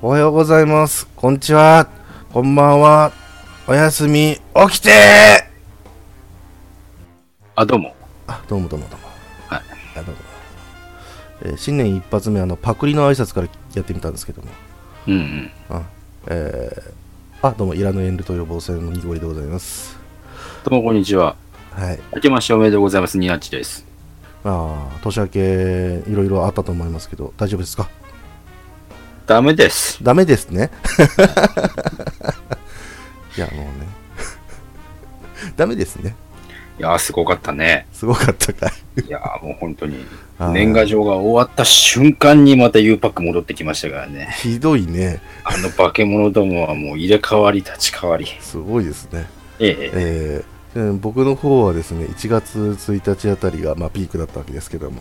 おはようございます。こんにちは。こんばんは。おやすみ。起きてあ、どうも。 どうも。 はい。 どうも。新年一発目パクリの挨拶からやってみたんですけども。どうもイラヌエンルと予防線のニゴリでございます。 どうもこんにちは。 はい。 明けましておめでとうございます。ニナッチです。 年明けいろいろあったと思いますけど、大丈夫ですか？ ダメです。 ダメですね。いやもうね。ダメですね。 いやー、すごかったね。 すごかったかい。 いやー、もう本当に年賀状が終わった瞬間にまた U パック戻ってきましたからね。 ひどいね。 化け物どもはもう入れ替わり立ち替わり。 すごいですね。僕の方はですね、1月1日あたりがピークだったわけですけども、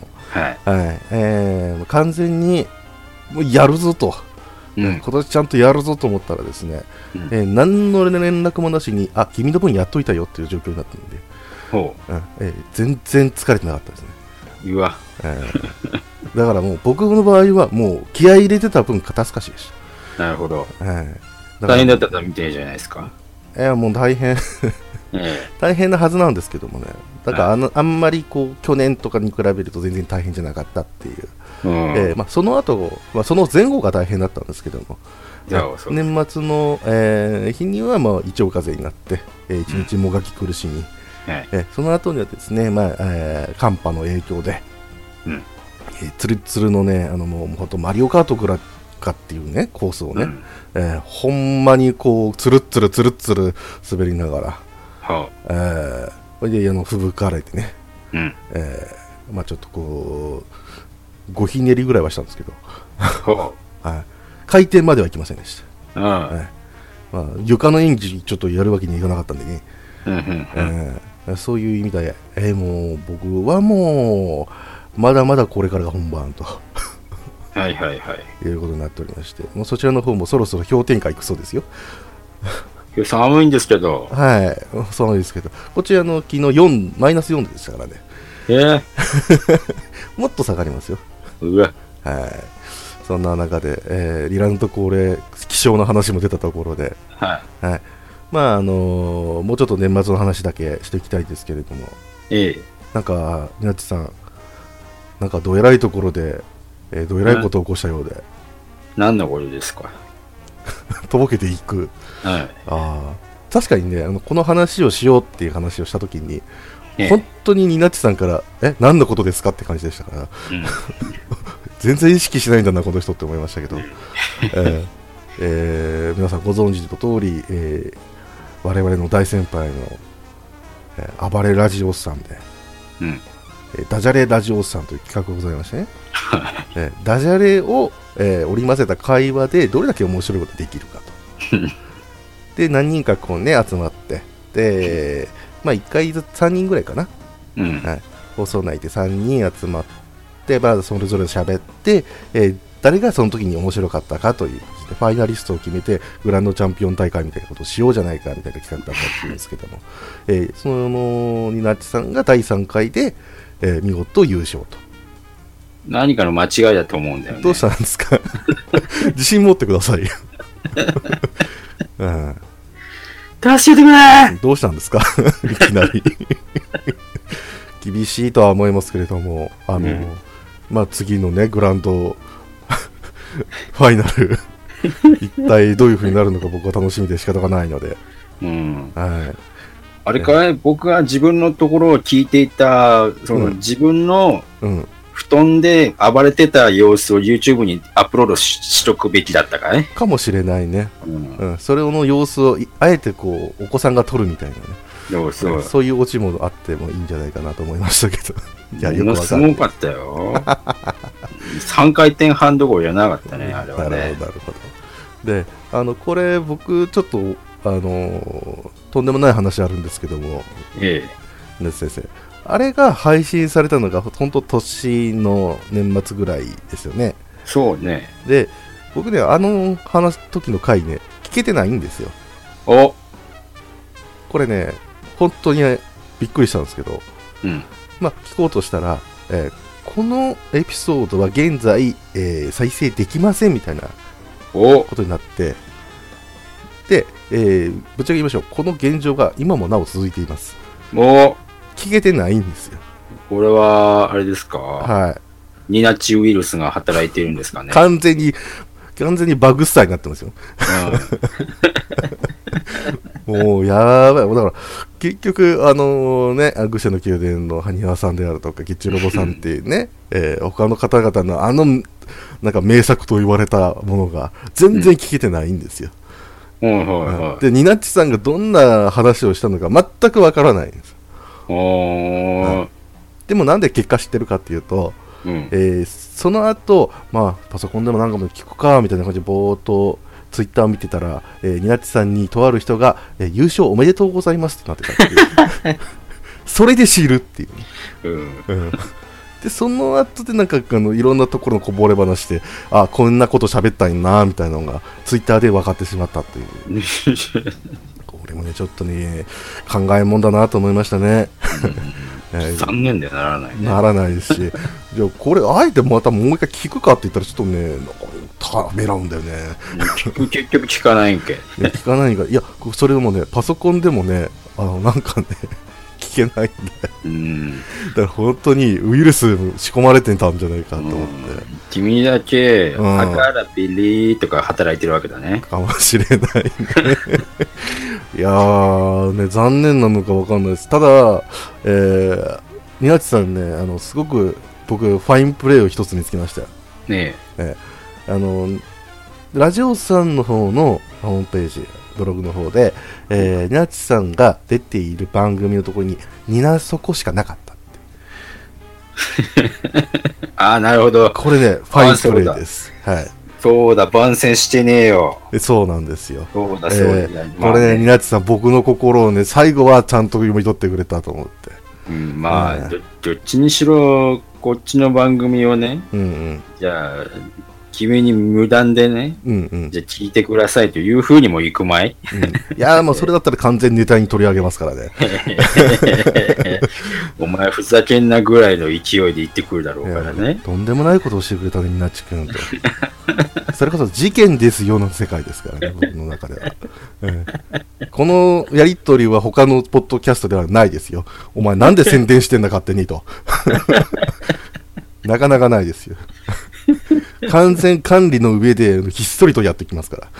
完全にもうやるぞと、今年ちゃんとやるぞと思ったらですね、何の連絡もなしに君の分やっといたよっていう状況になったので、全然疲れてなかったですね。 うわ、 だからもう僕の場合はもう気合い入れてた分肩透かしでした。なるほど。 大変だったみたいじゃないですか。 もう大変大変なはずなんですけどもね、だからあんまり去年とかに比べると全然大変じゃなかったっていう、その後、その前後が大変だったんですけども、年末の、日には胃腸風邪になって、一日もがき苦しみ、その後にはですね、寒波の影響で、つるつるのね、もう本当マリオカートぐらいかっていうねコースをね、ほんまにつるっつる滑りながら、それで吹雪かれてね、ちょっと5ひねりぐらいはしたんですけど、回転までは行きませんでした。床の演技ちょっとやるわけにいかなかったんでね、そういう意味で、もう僕はもうまだまだこれからが本番ということになっておりまして、もうそちらの方もそろそろ氷点下行くそうですよ。 今日寒いんですけど。 そうですけど、こちらの昨日マイナス4度でしたからね。もっと下がりますよ。そんな中で、リランと恒例気象の話も出たところで、もうちょっと年末の話だけしていきたいですけれども、なんかニナッチさん、なんかどえらいところで、どえらいことを起こしたようで。 何のことですか？ とぼけていく。確かにね、この話をしようっていう話をしたときに、本当にニナッチさんから何のことですかって感じでしたから、全然意識しないんだなこの人って思いましたけど、皆さんご存知の通り、我々の大先輩の、暴れラジオさんで、ダジャレラジオさんという企画がございましてね、ダジャレを、織り交ぜた会話でどれだけ面白いことができるかとで何人か集まって、で、1回ずつ3人ぐらいかな、放送内で3人集まって、それぞれ喋って、誰がその時に面白かったかというファイナリストを決めてグランドチャンピオン大会みたいなことをしようじゃないかみたいな企画だったんですけども、そのニナッチさんが第3回で、見事優勝と。 何かの間違いだと思うんだよね。 どうしたんですか？自信持ってくださいよ。 助けてくれ！ どうしたんですか？いきなり厳しいとは思いますけれども、次のねグランドファイナル一体どういう風になるのか僕は楽しみで仕方がないので、 あれかい、僕が自分のところを聞いていた自分の布団で暴れてた様子を YouTube にアップロード しとくべきだったかい？かもしれないね。それの様子をあえてお子さんが撮るみたいなね、そういうオチもあってもいいんじゃないかなと思いましたけど。 いや、よくわかんない。すごかったよ。3回転半どころじゃなかったね、あれはね。 なるほど。で、これ僕ちょっととんでもない話あるんですけども、ね先生、あれが配信されたのが本当年の年末ぐらいですよね。 そうね。 で、僕ね話す時の回ね聞けてないんですよ。これね本当にびっくりしたんですけど、聞こうとしたら、このエピソードは現在、再生できませんみたいなことになって、で、ぶっちゃけ言いましょう。この現状が今もなお続いています。 聞けてないんですよ。 これは、あれですか？ はい。 ニナチウイルスが働いているんですかね。 完全にバグスターになってますよ。もうやばい。だから結局愚者の宮殿の埴輪さんであるとかゲッチュロボさんっていうね、他の方々のなんか名作と言われたものが全然聞けてないんですよ。でニナッチさんがどんな話をしたのか全くわからないんです。でもなんで結果知ってるかっていうと、その後、パソコンでもなんかも聞くかみたいな感じでぼーっとツイッターを見てたら、ニナッチさんにとある人が、優勝おめでとうございますってなってたっていうそれで知るっていう、でその後でなんかいろんなところのこぼれ話で、こんなこと喋ったんなみたいなのがツイッターで分かってしまったっていうこれもねちょっとね考えもんだなと思いましたね。 残念でならないね。 ならないですし、じゃあこれあえてまたもう一回聞くかって言ったらちょっとねなんかためらうんだよね。 結局聞かないんけ。 聞かないんか。いやそれでもねパソコンでもねなんかね聞けないんで、だから本当にウイルス仕込まれてたんじゃないかと思って、 君だけハカラピリとか働いてるわけだね。 かもしれないね。いやーね残念なのかわかんないです。ただ、ニナッチさんねすごく僕ファインプレーを一つ見つけましたよ。 ねえ。 ラジオさんの方のホームページブログの方で、ニナッチさんが出ている番組のところにニナそこしかなかったってなるほど。 これねファインプレーです。はい。 そうだ、番宣してねえよ。 そうなんですよ。 そうだ、 これね、ニナッチさん、僕の心をね、最後はちゃんと読み取ってくれたと思って。 どっちにしろ、こっちの番組をね、じゃあ、君に無断でね、じゃあ聞いてくださいというふうにもいくまい？ いやもうそれだったら完全にネタに取り上げますからね。 お前ふざけんなぐらいの勢いで言ってくるだろうからね。 とんでもないことをしてくれたね、ニナッチ君と。それこそ事件ですよの世界ですからね、僕の中では。このやりとりは他のポッドキャストではないですよ。お前なんで宣伝してんだ勝手にと。なかなかないですよ。完全管理の上でひっそりとやってきますから。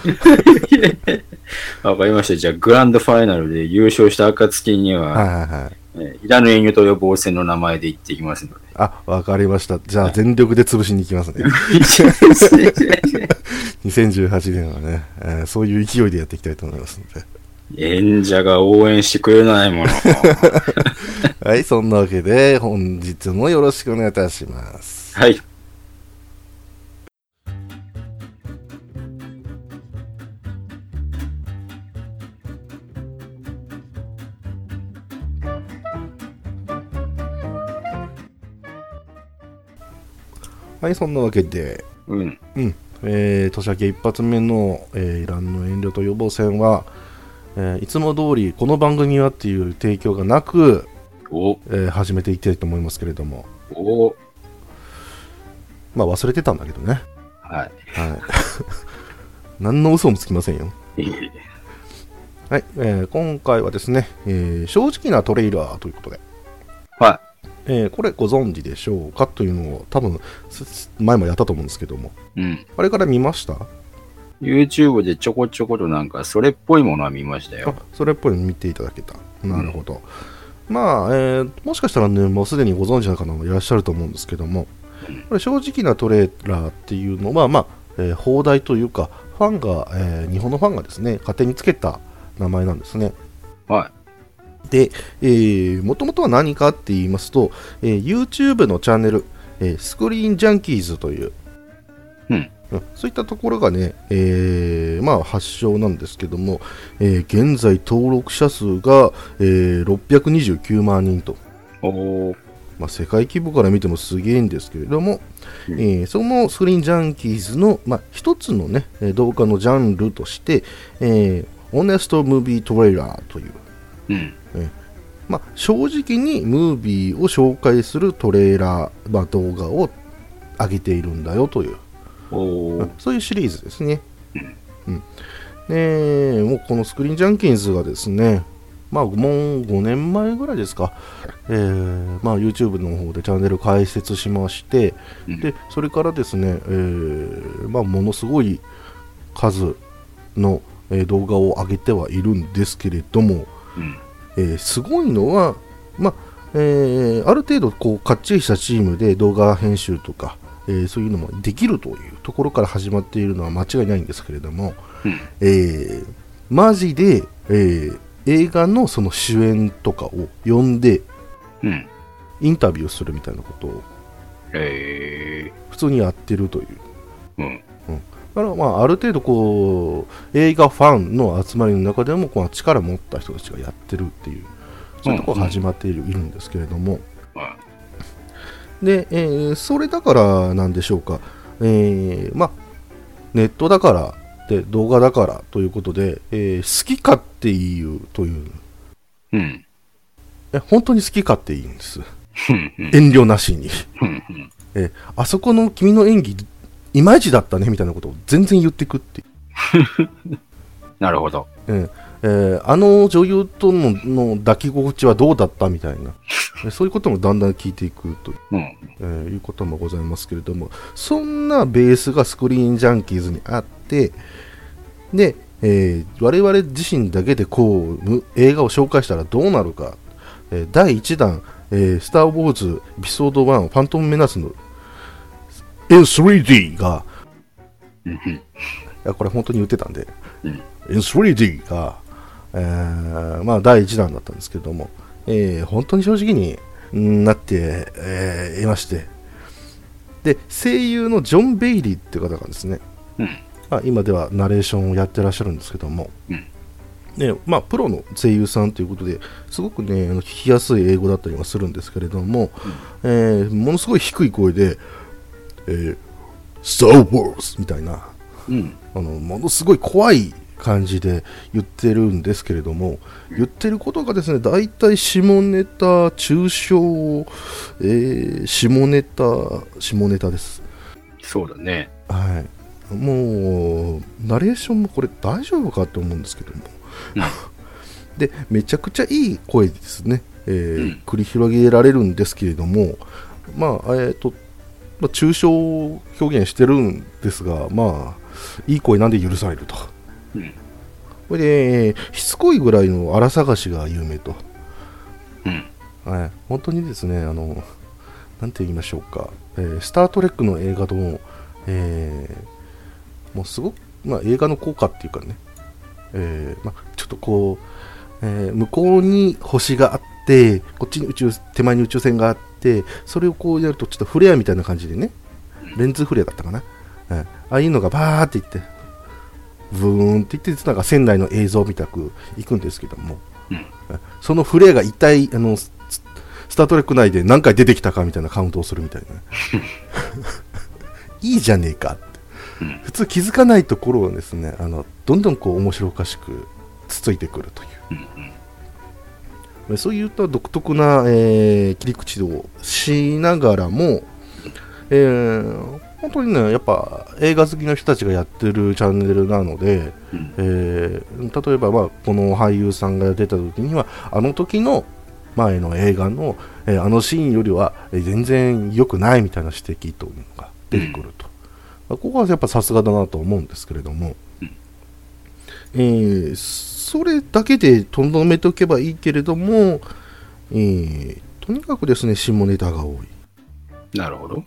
わかりました。じゃあグランドファイナルで優勝した暁には、いらぬ遠慮と予防線の名前で言っていきますので。 わかりました。じゃあ全力で潰しに行きますね。2018年はね、そういう勢いでやっていきたいと思いますので。 演者が応援してくれないもの。 はい、そんなわけで本日もよろしくお願いいたします。 はい。 はい、そんなわけで、年明け一発目の、イランの遠慮と予防戦は、いつも通りこの番組はっていう提供がなく、始めていきたいと思いますけれども、忘れてたんだけどね。 はい。 何の嘘もつきませんよ。はい、今回はですね、正直なトレーラーということで、これご存知でしょうかというのを多分前もやったと思うんですけども、あれから見ました？ YouTube でちょこちょことなんかそれっぽいものは見ましたよ。 それっぽいの見ていただけた。なるほど。もしかしたらねもうすでにご存知の方もいらっしゃると思うんですけども、これ正直なトレーラーっていうのは放題というかファンが、日本のファンがですね勝手につけた名前なんですね。で、もともとは何かって言いますと、YouTube のチャンネル、スクリーンジャンキーズという、そういったところがね、発祥なんですけども、現在登録者数が、629万人と、世界規模から見てもすげえんですけれども、そのスクリーンジャンキーズの、一つのね動画のジャンルとして、オネストムービートレーラーという、正直にムービーを紹介するトレーラー、動画を上げているんだよという、そういうシリーズですね。 でもうこのスクリーンジャンキンズがですね、もう5年前ぐらいですか、YouTube の方でチャンネル開設しまして、でそれからですね、ものすごい数の、動画を上げてはいるんですけれども、すごいのは、ある程度こうかっちりしたチームで動画編集とか、そういうのもできるというところから始まっているのは間違いないんですけれども、マジで、映画のその主演とかを呼んで、インタビューするみたいなことを、普通にやってるという、だからある程度こう映画ファンの集まりの中でもこう力を持った人たちがやってるっていう、そういうところが始まっているんですけれども、で、それだからなんでしょうか、ネットだからで動画だからということで、好き勝手言うという、本当に好き勝手言うんです遠慮なしにあそこの君の演技いまいちだったねみたいなことを全然言ってくってなるほど、 あの女優との抱き心地はどうだったみたいなそういうこともだんだん聞いていくということもございますけれども、そんなベースがスクリーンジャンキーズにあって、で、我々自身だけでこう映画を紹介したらどうなるか、第1弾、スター・ウォーズエピソード1ファントム・メナスの in3D が、いやこれ本当に言ってたんで、in3D が、第1弾だったんですけども、本当に正直になって、いまして、で声優のジョン・ベイリーって方がですね、今ではナレーションをやってらっしゃるんですけども、プロの声優さんということですごくね聞きやすい英語だったりはするんですけれども、ものすごい低い声で、Star Wars みたいな、ものすごい怖い感じで言ってるんですけれども、言ってることがですね大体下ネタ、中傷、下ネタです。 そうだね。 もうナレーションもこれ大丈夫かと思うんですけども、でめちゃくちゃいい声ですね、繰り広げられるんですけれども、抽象表現してるんですが、いい声なんで許されると、これでしつこいぐらいの荒探しが有名と、本当にですね、なんて言いましょうか、スタートレックの映画の、もうすごく、映画の効果っていうかね、ちょっとこう、向こうに星があってこっちに手前に宇宙船があって、それをこうやるとちょっとフレアみたいな感じでね、レンズフレアだったかな、ああいうのがバーっていってブーンっていってなんか船内の映像みたくいくんですけども、そのフレアが一体スタートレック内で何回出てきたかみたいなカウントをするみたいな、いいじゃねえかって、普通気づかないところをですね、どんどんこう面白おかしくつついてくるという、そういった独特な、切り口をしながらも、本当にねやっぱ映画好きの人たちがやってるチャンネルなので、例えばこの俳優さんが出た時にはあの時の前の映画の、あのシーンよりは全然良くないみたいな指摘というのが出てくると、ここはやっぱさすがだなと思うんですけれども、それだけでとどめておけばいいけれども、とにかくですね下ネタが多い。 なるほど。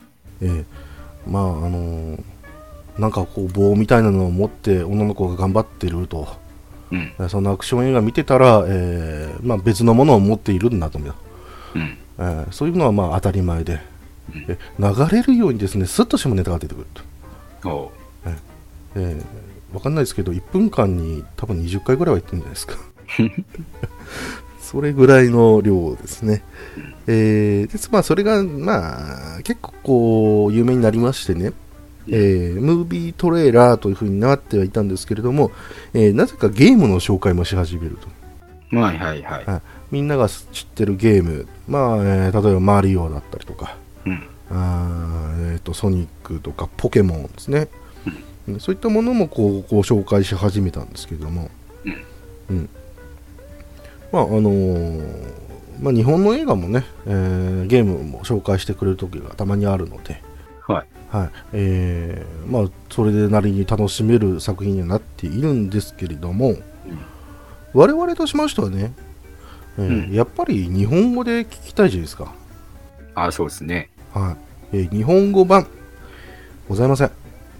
なんかこう棒みたいなのを持って女の子が頑張ってると、そのアクション映画見てたら、別のものを持っているんだと思う、そういうのは当たり前で、流れるようにですねスッと下ネタが出てくると、分かんないですけど1分間に多分20回ぐらいは言ってるんじゃないですかそれぐらいの量ですね。それが結構こう有名になりましてね、ムービートレーラーという風になってはいたんですけれども、なぜかゲームの紹介もし始めると、みんなが知ってるゲーム、例えばマリオだったりとか、ソニックとかポケモンですね、 そういったものもこう紹介し始めたんですけれども、まあ日本の映画もね、ゲームも紹介してくれる時がたまにあるので、 はいまあそれでなりに楽しめる作品にはなっているんですけれども、我々としましてはね、やっぱり日本語で聞きたいじゃないですか。 そうですね。 はい。日本語版ございません。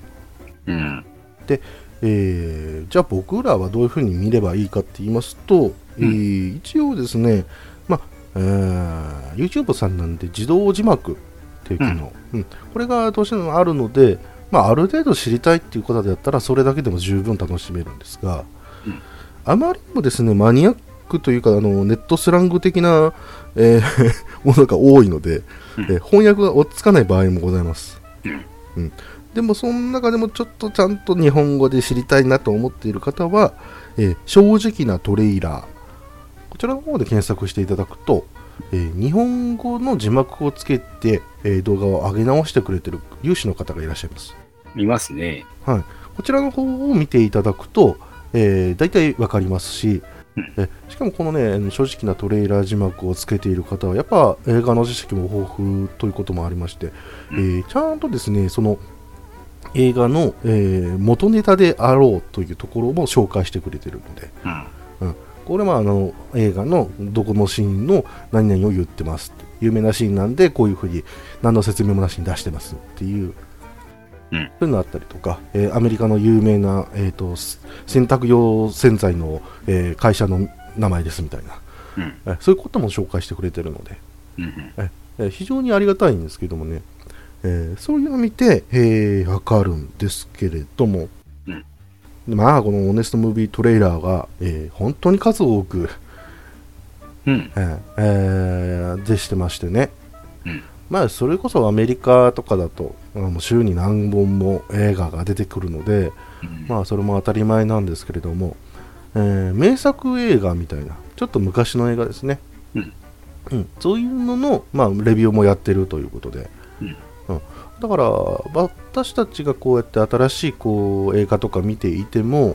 で、じゃあ僕らはどういうふうに見ればいいかって言いますと、一応ですね、YouTube さんなんで自動字幕っていう機能、これがどうしてもあるので、ある程度知りたいっていうことであったらそれだけでも十分楽しめるんですが、あまりにもですねマニアックというかネットスラング的な、ものが多いので、翻訳が追っつかない場合もございます。でもその中でもちょっとちゃんと日本語で知りたいなと思っている方は、正直なトレイラー、こちらの方で検索していただくと、日本語の字幕をつけて、動画を上げ直してくれている有志の方がいらっしゃいます。 いますね。 はい、こちらの方を見ていただくと、大体わかりますし、しかもこのね正直なトレーラー字幕をつけている方はやっぱ映画の知識も豊富ということもありまして、ちゃんとですねその映画の、元ネタであろうというところも紹介してくれているので、これは映画のどこのシーンの何々を言ってます有名なシーンなんでこういうふうに何の説明もなしに出してますっていう、そういうのあったりとか、アメリカの有名な、洗濯用洗剤の、会社の名前ですみたいな、そういうことも紹介してくれてるので、非常にありがたいんですけどもね、そういうのを見て、わかるんですけれども、このオネストムービートレーラーが、本当に数多く、でしてましてね、それこそアメリカとかだと週に何本も映画が出てくるので、それも当たり前なんですけれども、名作映画みたいなちょっと昔の映画ですね、そういうのの、レビューもやってるということで、だから私たちがこうやって新しい映画とか見ていても、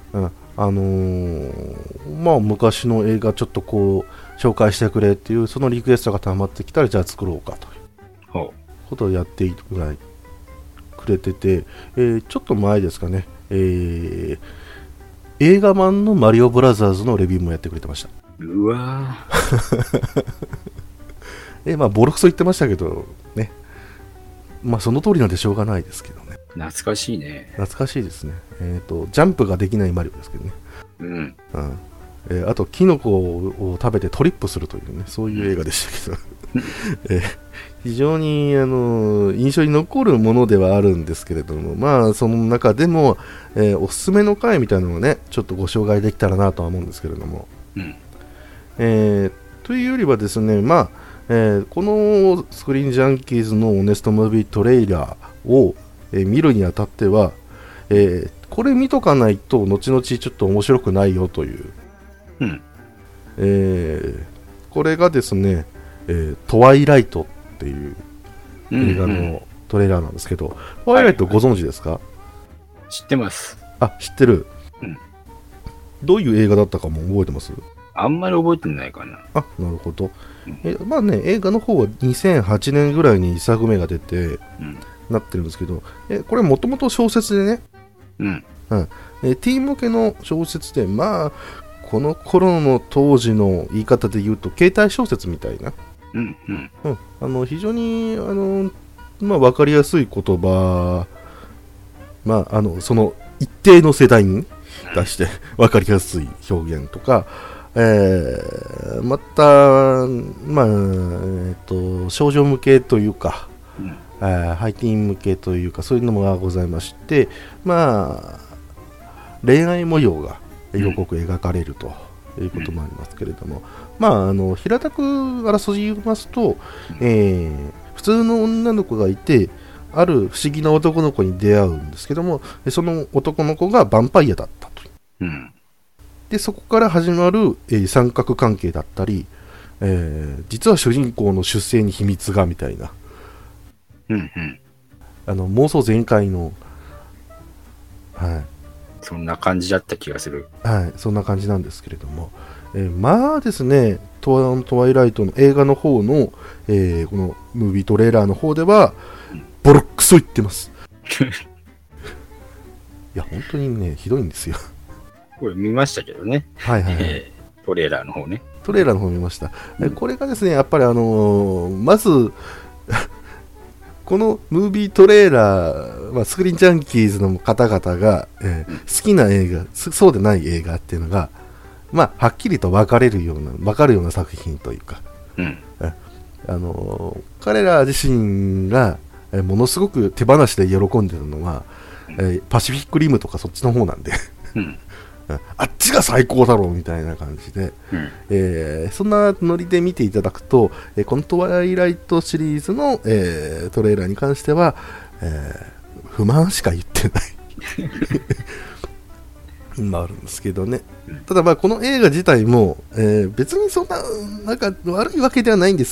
昔の映画ちょっと紹介してくれっていうそのリクエストが溜まってきたらじゃあ作ろうかということをやってくれてて、ちょっと前ですかね、映画版のマリオブラザーズのレビューもやってくれてました。 うわボロクソ言ってましたけどね、その通りなんでしょうがないですけどね。 懐かしいね。 懐かしいですね。ジャンプができないマリオですけどね。あとキノコを食べてトリップするというね、そういう映画でしたけど、非常に印象に残るものではあるんですけれども、その中でも、おすすめの回みたいなのをねちょっとご紹介できたらなとは思うんですけれども、というよりはですね、このスクリーンジャンキーズのオネストムービートレイラーを、見るにあたっては、これ見とかないと後々ちょっと面白くないよという、これがですね、トワイライトっていう映画のトレーラーなんですけど、トワイライトご存知ですか？ 知ってます。 知ってる、どういう映画だったかも覚えてます？ あんまり覚えてないかな。 なるほど。映画の方は2008年ぐらいに1作目が出て、なってるんですけど、これもともと小説でね、ティーン向けの小説で、この頃の当時の言い方で言うと携帯小説みたいな、非常に分かりやすい言葉、その一定の世代に出して分かりやすい表現とか、また、少女向けというか、ハイティーン向けというかそういうのもございまして、恋愛模様が色濃く描かれるということもありますけれども、平たくあらすじ言いますと、普通の女の子がいてある不思議な男の子に出会うんですけども、その男の子がヴァンパイアだったと、でそこから始まる、三角関係だったり、実は主人公の出生に秘密がみたいな、妄想全開のはい。 そんな感じだった気がする。 はい、そんな感じなんですけれども、まあですね、トワイライトの映画の方の、このムービートレーラーの方では、ボロックソ言ってます。いや、本当にね、ひどいんですよ。 これ見ましたけどね。 はいはい、はい、 トレーラーの方ね。 トレーラーの方見ました。これがですね、やっぱりまず、このムービートレーラー、まあ、スクリーンジャンキーズの方々が、好きな映画、そうでない映画っていうのが、まあ、はっきりと分かるような作品というか、彼ら自身がものすごく手放しで喜んでるのは、パシフィックリムとかそっちの方なんで、あっちが最高だろうみたいな感じで、そんなノリで見ていただくと、このトワイライトシリーズの、トレーラーに関しては、不満しか言ってないあるんですけどね。ただまあこの映画自体も、別にそんな、なんか悪いわけではないんです。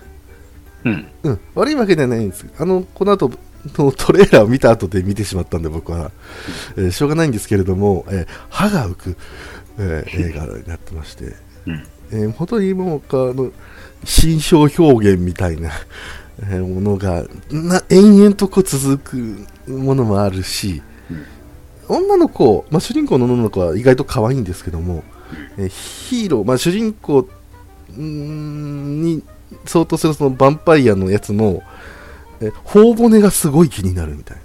悪いわけではないんです。この後トレーラーを見た後で見てしまったんで僕は、しょうがないんですけれども、歯が浮く、映画になってまして、本当にもう心象表現みたいなものが延々とこう続くものもあるし、女の子、まあ、主人公の女の子は意外と可愛いんですけども、ヒーロー、まあ、主人公に相当するそのヴァンパイアのやつの頬骨がすごい気になるみたい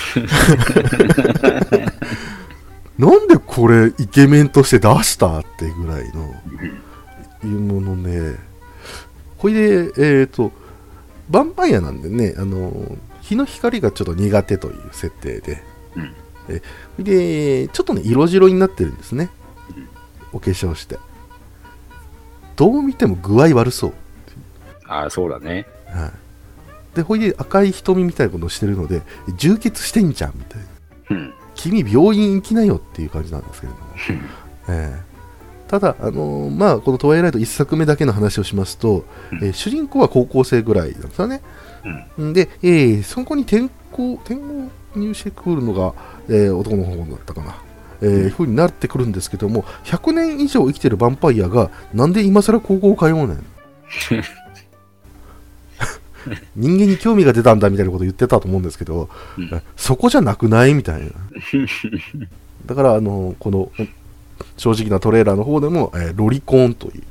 ななんでこれイケメンとして出したってぐらいのいうものね。これでヴァンパイアなんでね、日の光がちょっと苦手という設定で、でちょっとね色白になってるんですね、お化粧して。どう見ても具合悪そう。 ああ、そうだね。 でほいで赤い瞳みたいなことをしてるので、充血してんじゃんみたいな、君病院行きなよっていう感じなんですけれども、ただまあこのトワイライト1作目だけの話をしますと、主人公は高校生ぐらいなんですよね。で、そこに転校入してくるのが、男の方だったかな、風になってくるんですけども、100年以上生きてるヴァンパイアがなんで今更高校通うねん人間に興味が出たんだみたいなこと言ってたと思うんですけど、そこじゃなくないみたいな。だからこの正直なトレーラーの方でも、ロリコンという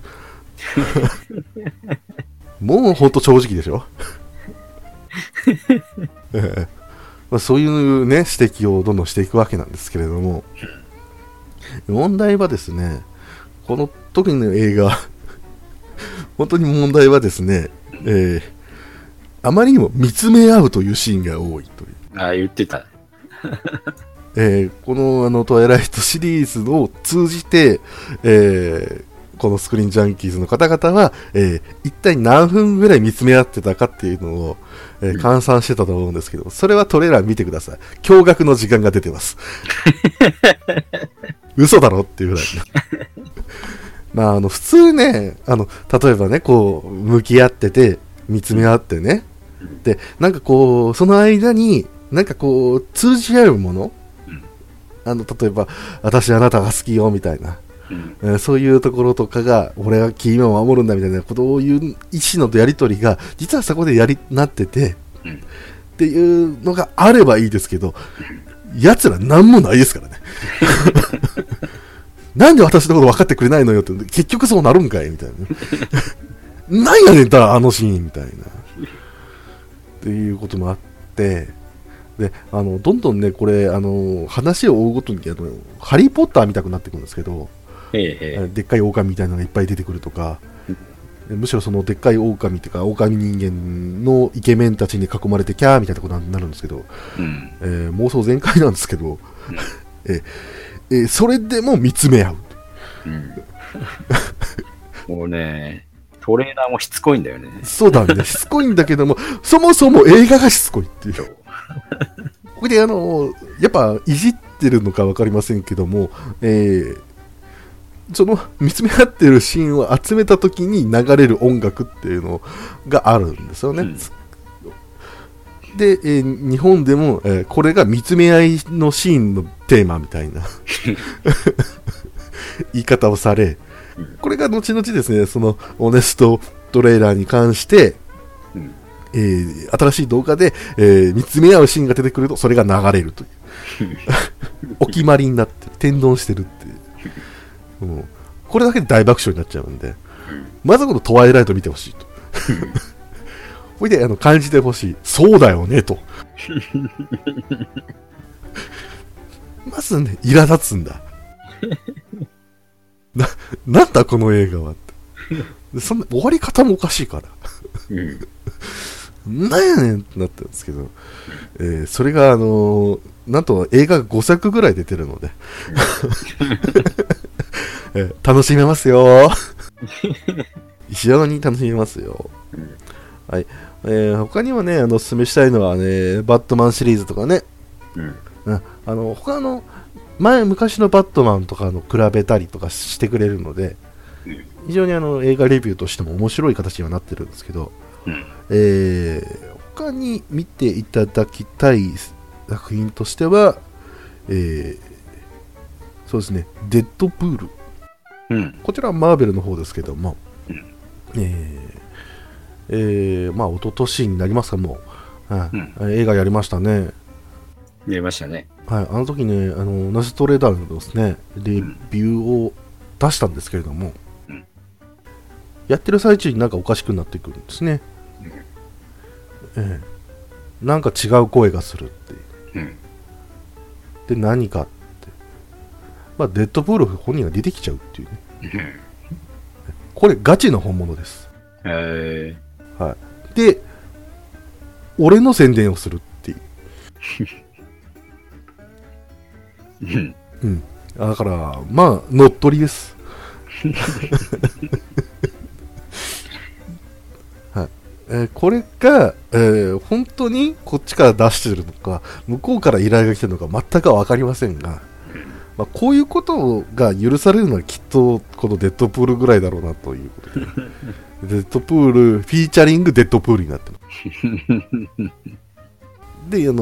もうほんと正直でしょまあ、そういうね指摘をどんどんしていくわけなんですけれども、問題はですね、この時の映画本当に問題はですね、あまりにも見つめ合うというシーンが多いという。 ああ、言ってた。 このトワイライトシリーズを通じて、このスクリーンジャンキーズの方々は、一体何分ぐらい見つめ合ってたかっていうのを、換算してたと思うんですけど、それはトレーラー見てください。驚愕の時間が出てます嘘だろっていうぐらいまあ普通ね、例えばねこう向き合ってて見つめ合ってね、でなんかこうその間になんかこう通じ合うもの、例えば私あなたが好きよみたいな、そういうところとかが俺は君を守るんだみたいなことを言う意思のやり取りが実はそこでなってて、っていうのがあればいいですけど、奴ら何もないですからねなんで私のこと分かってくれないのよって、結局そうなるんかいみたいななんやねんだあのシーンみたいなっていうこともあって、でどんどんねこれ話を追うごとにハリーポッター見たくなってくるんですけど、でっかい狼みたいなのがいっぱい出てくるとか、むしろそのでっかい狼っていうか狼人間のイケメンたちに囲まれてキャーみたいなことになるんですけど、妄想全開なんですけど、それでも見つめ合う、 もうねトレーナーもしつこいんだよね。 そうだねしつこいんだけどもそもそも映画がしつこいっていうここでやっぱいじってるのか分かりませんけども、その見つめ合ってるシーンを集めた時に流れる音楽っていうのがあるんですよね、 で、日本でも、これが見つめ合いのシーンのテーマみたいな言い方をされ、これが後々ですね、そのオネストトレーラーに関して、新しい動画で、見つめ合うシーンが出てくるとそれが流れるというお決まりになって天丼してるっていう、もうこれだけで大爆笑になっちゃうんで、まずこのトワイライト見てほしいとほいで感じてほしい、そうだよねとまずね、苛立つんだなんだこの映画はってそんな終わり方もおかしいからなんやねんってなってるんですけど、それがなんと映画が5作ぐらい出てるので楽しめますよ非常に楽しめますよ、はい。他にはね、おすすめしたいのはね、バットマンシリーズとかね、他の昔のバットマンとか比べたりとかしてくれるので、非常に映画レビューとしても面白い形にはなってるんですけど、他に見ていただきたい作品としては、そうですね、デッドプール、こちらはマーベルの方ですけども、一昨年になりますか、もう、映画やりましたね。 やりましたね。 はい、あの時ね、ナストレーダーのですね、レビューを出したんですけれども、やってる最中になんかおかしくなってくるんですね。なんか違う声がするっていう。で、何かって。デッドプール本人が出てきちゃうっていうね。これガチの本物です。はい。で、俺の宣伝をするっていう。だから、乗っ取りです。はい。これが、本当にこっちから出してるのか、向こうから依頼が来てるのか全くは分かりませんが、こういうことが許されるのはきっとこのデッドプールぐらいだろうなということで、デッドプールフィーチャリングデッドプールになってますで、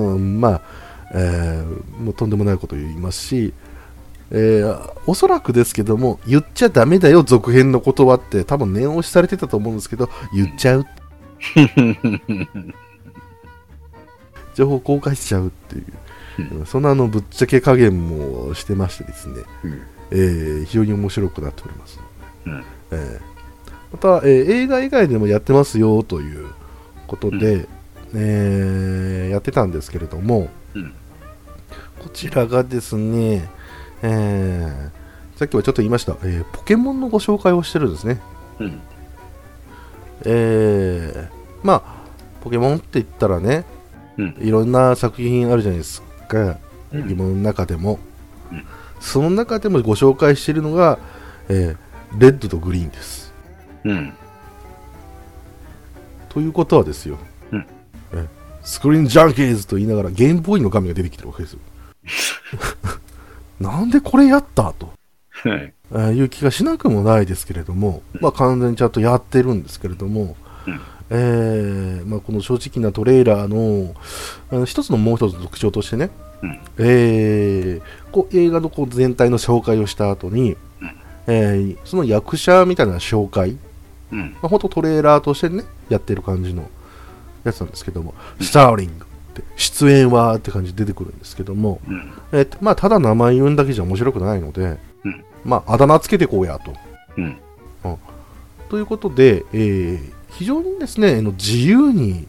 もうとんでもないことを言いますし、おそらくですけども、言っちゃダメだよ続編の言葉って多分念押しされてたと思うんですけど、言っちゃう情報公開しちゃうっていう、そんなぶっちゃけ加減もしてましてですね、非常に面白くなっております。また、映画以外でもやってますよということで、やってたんですけれども、こちらがですね、さっきはちょっと言いました、ポケモンのご紹介をしてるんですね。ポケモンって言ったらね、いろんな作品あるじゃないですか、疑問の中でも、その中でもご紹介しているのが、レッドとグリーンです。ということはですよ、スクリーンジャンキーズと言いながらゲームボーイの画面が出てきてるわけですよなんでこれやったと、いう気がしなくもないですけれども、完全にちゃんとやってるんですけれども、この正直なトレーラーの一つのもう一つの特徴としてね、映画の全体の紹介をした後に、その役者みたいな紹介、本当トレーラーとしてねやってる感じのやつなんですけども、スターリングって出演はって感じで出てくるんですけども、ただ名前言うんだけじゃ面白くないので、あだ名つけてこうやと、ということで、非常にですね自由に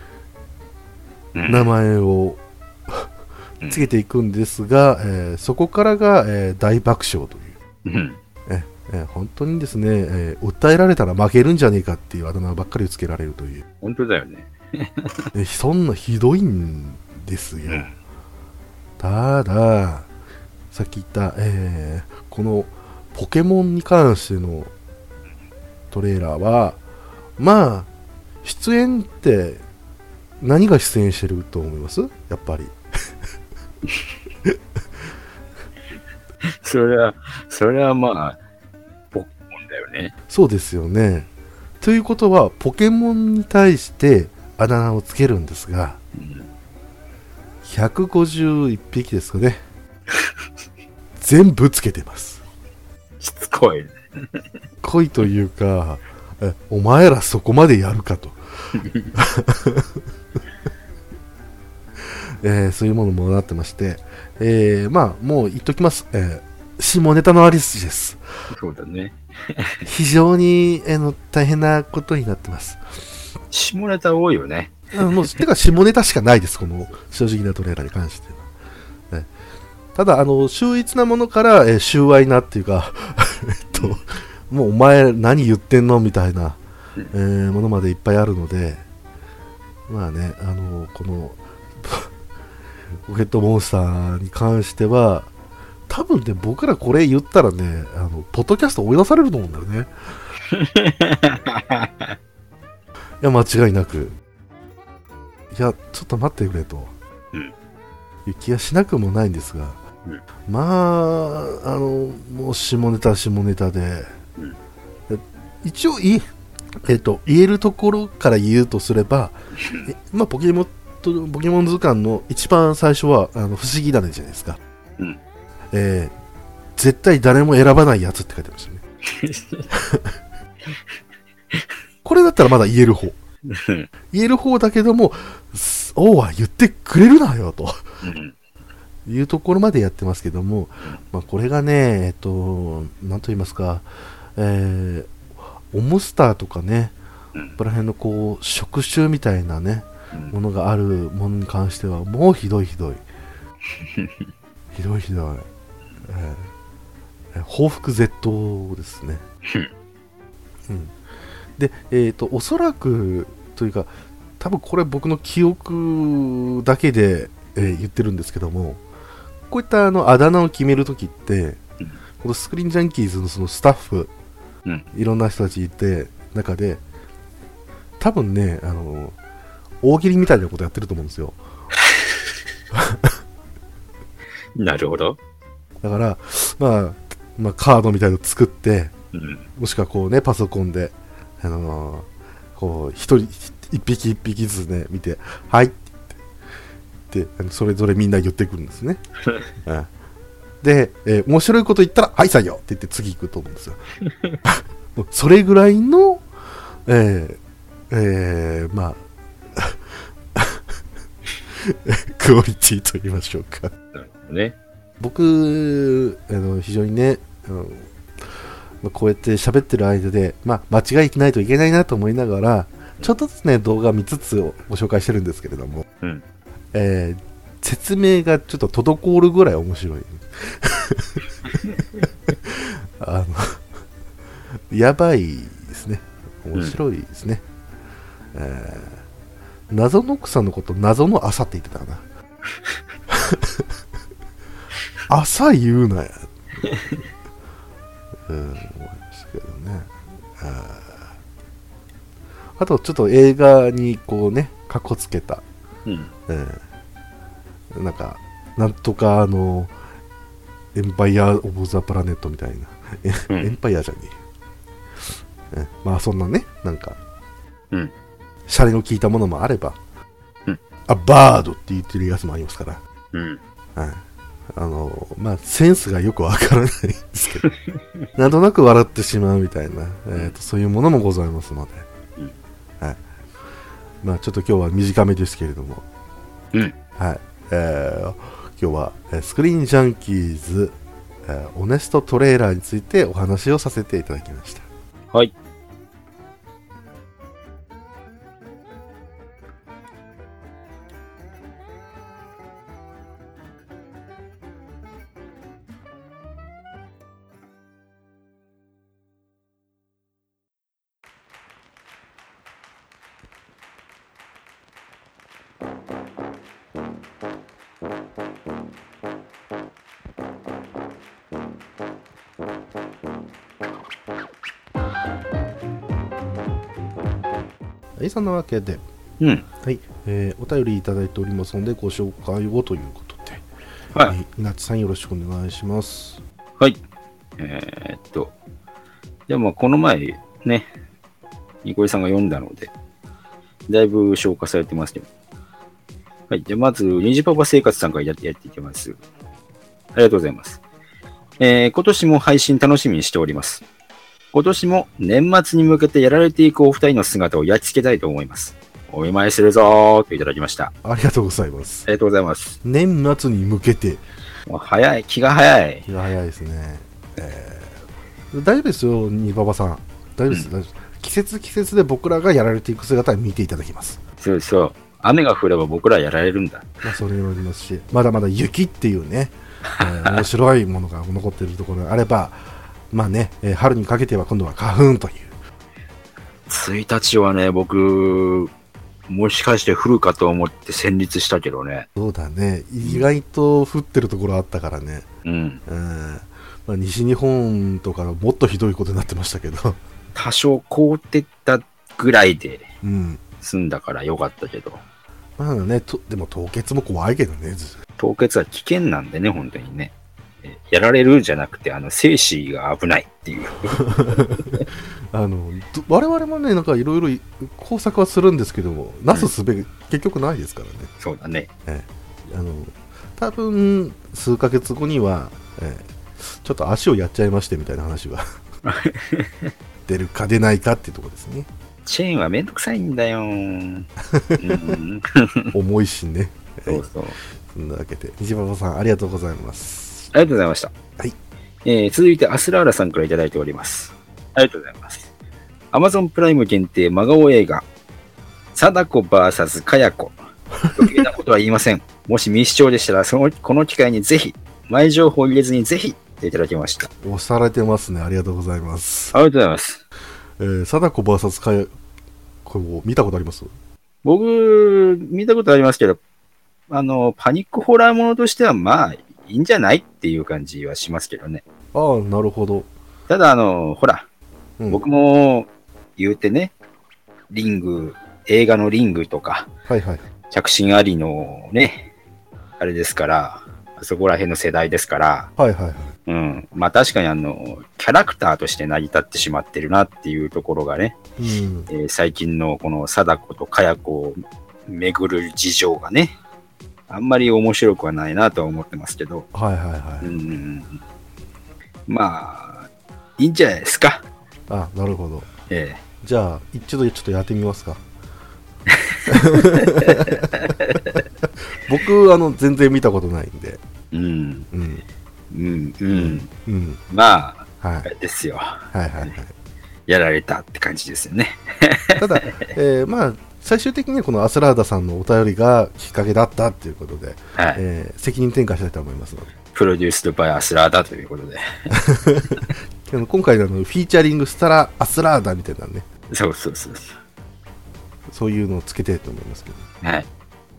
名前をつけていくんですが、そこからが、大爆笑という、本当にですね、訴えられたら負けるんじゃねえかっていうあだ名ばっかりつけられるという。 本当だよねそんなひどいんですよ。たださっき言った、このポケモンに関してのトレーラーは出演って何が出演してると思います？やっぱりそれはポケモンだよね。 そうですよね。ということはポケモンに対してあだ名をつけるんですが、 151匹ですかね。全部つけてます。 しつこい。 濃いというか、お前らそこまでやるかと。そういうものもなってまして、まあもう言っときます。下ネタのありすじです。 そうだね。 非常に、大変なことになってます。 下ネタ多いよね。 もうてか下ネタしかないです、この正直なトレーラーに関しては。ただ秀逸なものから、収賄なっていうかもうお前何言ってんのみたいな、ものまでいっぱいあるので、まあね、このポケットモンスターに関しては多分ね、僕らこれ言ったらね、ポッドキャスト追い出されると思うんだよね。いや、間違いなく。いや、ちょっと待ってくれと、いう気がしなくもないんですが、まあ、もう下ネタで、一応言えるところから言うとすれば、まあ、ポケモン図鑑の一番最初は不思議種じゃないですか。絶対誰も選ばないやつって書いてましたね。これだったらまだ言える方。言える方だけども、王は言ってくれるなよというところまでやってますけども、まあ、これがね、なんと言いますか、オムスターとかね、ここら辺のこう触手みたいなね、ものがあるものに関してはもうひどい報復絶倒ですね。で、おそらくというか、多分これ僕の記憶だけで、言ってるんですけども、こういったあだ名を決めるときって、このスクリーンジャンキーズのそのスタッフ、いろんな人たちいて中で、多分ね、大喜利みたいなことやってると思うんですよ。 なるほど。 だから、まあ、カードみたいなの作って、もしくはこうね、パソコンで、こう一匹一匹ずつね見て、はいって言って、それぞれみんな言ってくるんですね。で、面白いこと言ったら、はい採用って言って次行くと思うんですよ。それぐらいの、まあクオリティと言いましょうか。 ね、 僕非常にね、こうやって喋ってる間で、まあ、間違えてないといけないなと思いながら、ちょっとずつね動画見つつご紹介してるんですけれども、説明がちょっと滞るぐらい面白い。やばいですね。面白いですね。謎の奥さんのこと謎の朝って言ってたかな。朝言うなや。思いますけどね。あとちょっと映画にこうねかっこつけた、なんかなんとかエンパイア・オブ・ザ・プラネットみたいな、エンパイアじゃねえ、まあそんなね、なんか、シャレの効いたものもあれば、バードって言ってるやつもありますから、まあセンスがよくわからないんですけど、なんとなく笑ってしまうみたいな、そういうものもございますので、まあちょっと今日は短めですけれども、今日はスクリーンジャンキーズ、オネストトレーラーについてお話をさせていただきました。 はい。 そんなわけで、はい、お便りいただいておりますのでご紹介をということで、稲地さんよろしくお願いします。 はい。じゃあまあこの前ね、ニコリさんが読んだので、だいぶ消化されてますけど、 はい。じゃあまず、ニジパパ生活さんからやっていきます。ありがとうございます。今年も配信楽しみにしております。今年も年末に向けてやられていくお二人の姿を焼き付けたいと思います。お見舞いするぞーといただきました。 ありがとうございます。 ありがとうございます。 年末に向けて。 早い、気が早い。 気が早いですね。大丈夫ですよ、ニババさん。大丈夫です、大丈夫です。季節で僕らがやられていく姿を見ていただきます。 そうそう。雨が降れば僕らやられるんだ。 まあ、それもありますし、まだまだ雪っていうね、面白いものが残っているところがあれば、まあね、春にかけては今度は花粉という。 1日はね、僕、もしかして降るかと思って戦慄したけどね。 そうだね、意外と降ってるところあったからね。まあ、西日本とかもっとひどいことになってましたけど。 多少凍ってたぐらいで済んだからよかったけど。 まあね、でも凍結も怖いけどね。 凍結は危険なんでね、本当にね。やられるじゃなくて、生死が危ないっていう。 我々もね、なんかいろいろ工作はするんですけども、なすすべ、結局ないですからね。 そうだね。 多分数ヶ月後には、ちょっと足をやっちゃいましてみたいな話が出るか出ないかっていうところですね。 チェーンはめんどくさいんだよ。 重いしね。 そうそう。 そんなわけで、西馬さんありがとうございます。 ありがとうございました。 はい。 続いてアスラーラさんからいただいております。ありがとうございます。Amazon プライム限定真顔映画、貞子 VS かや子。余計なことは言いません。もし未視聴でしたら、この機会にぜひ、前情報を入れずにぜひ、いただきました。 押されてますね。ありがとうございます。 ありがとうございます。 貞子 VS かや子、見たことあります？ 僕、見たことありますけど、パニックホラーものとしては、まあ、いいんじゃないっていう感じはしますけどね。 ああ、なるほど。 ただ、ほら、僕も言うてね、映画のリングとか、 はいはい、 着信ありのね、あれですから、そこら辺の世代ですから、 はいはいはい。 まあ確かにキャラクターとして成り立ってしまってるなっていうところがね、最近のこの貞子とかや子を巡る事情がね、あんまり面白くはないなとは思ってますけど、 はいはいはい。 まあ、いいんじゃないですか。 あ、なるほど。じゃあ、一度ちょっとやってみますか。僕、全然見たことないんで。 まあ、あれですよ。はいはいはい。やられたって感じですよね。 ただ、まあ、最終的にはこのアスラーダさんのお便りがきっかけだったということで、責任転嫁したいと思いますので。 プロデュースドバイアスラーダということで。 今回のフィーチャリングしたらアスラーダみたいなね。 そう。 そういうのをつけてると思いますけど。 はい。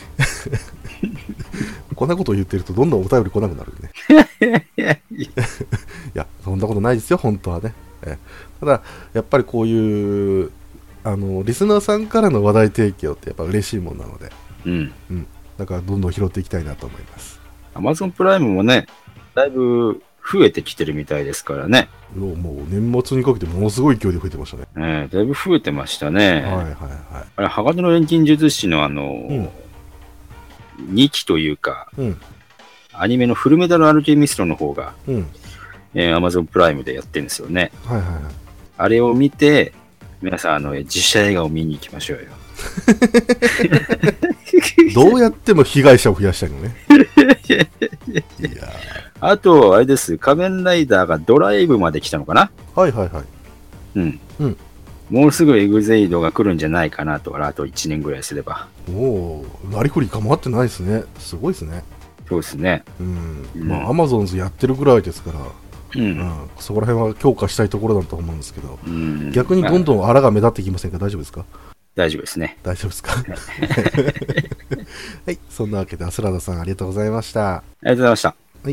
こんなことを言ってるとどんどんお便り来なくなるね。いや、そんなことないですよ、本当はね。ただ、やっぱりこういうリスナーさんからの話題提供ってやっぱ嬉しいもんなので、だからどんどん拾っていきたいなと思います。 Amazon プライムもね、だいぶ増えてきてるみたいですからね。 もう年末にかけてものすごい勢いで増えてましたね。 だいぶ増えてましたね。 はいはいはい。 あれ、鋼の錬金術師の2期というか、アニメのフルメタルアルケミストの方が、Amazon プライムでやってるんですよね。 はいはいはい。 あれを見て、皆さん実写映画を見に行きましょうよ。 どうやっても被害者を増やしたいのね。 いや、あと、あれです、仮面ライダーがドライブまで来たのかな？ はいはいはい。 もうすぐエグゼイドが来るんじゃないかなと、あと1年ぐらいすれば。 おー、なりふり構ってないですね。すごいですね。 そうですね。 まあ、アマゾンズやってるぐらいですから、そこら辺は強化したいところだと思うんですけど、逆にどんどん荒が目立ってきませんか？大丈夫ですか？ 大丈夫ですね。 大丈夫ですか？はい、そんなわけでアスラーダさんありがとうございました。 ありがとうございました。はい、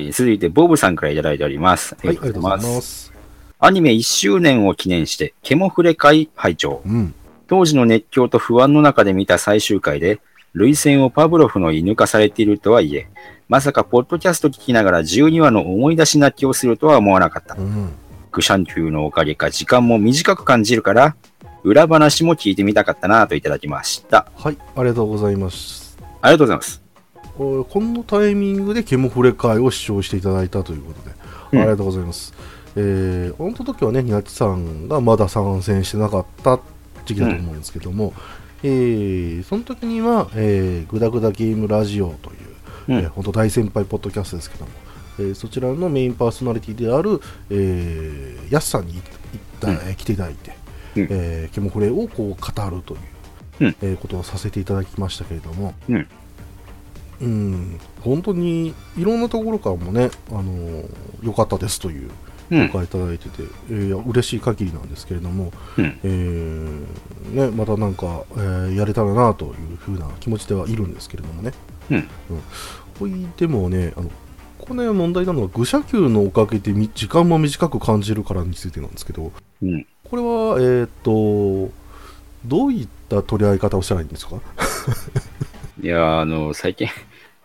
続いてボブさんからいただいております。 はい、ありがとうございます。 アニメ1周年を記念してケモフレ会拝聴。当時の熱狂と不安の中で見た最終回で涙腺をパブロフの犬化されているとはいえ、まさかポッドキャスト聞きながら12話の思い出し泣きをするとは思わなかった。グシャンキューのおかげか時間も短く感じるから、裏話も聞いてみたかったなといただきました。 はい、ありがとうございます。 あありがとうございます。 このタイミングでケモフレ会を視聴していただいたということで、ありがとうございます。本当の時はね、ニナチさんがまだ参戦してなかった時期だと思うんですけども、その時には、グダグダゲームラジオという、本当大先輩ポッドキャストですけども、そちらのメインパーソナリティである、ヤスさんに来ていただいて、ケモフレをこう語るという、ことをさせていただきましたけれども、本当にいろんなところからもね、良かったですという紹介いただいてて、嬉しい限りなんですけれども、ね、またなんか、やれたらなというふうな気持ちではいるんですけれどもね、これでもね、この問題なのは愚者級のおかげで時間も短く感じるからについてなんですけど、これは、どういった取り合い方をしたらいいんですか？ いや、最近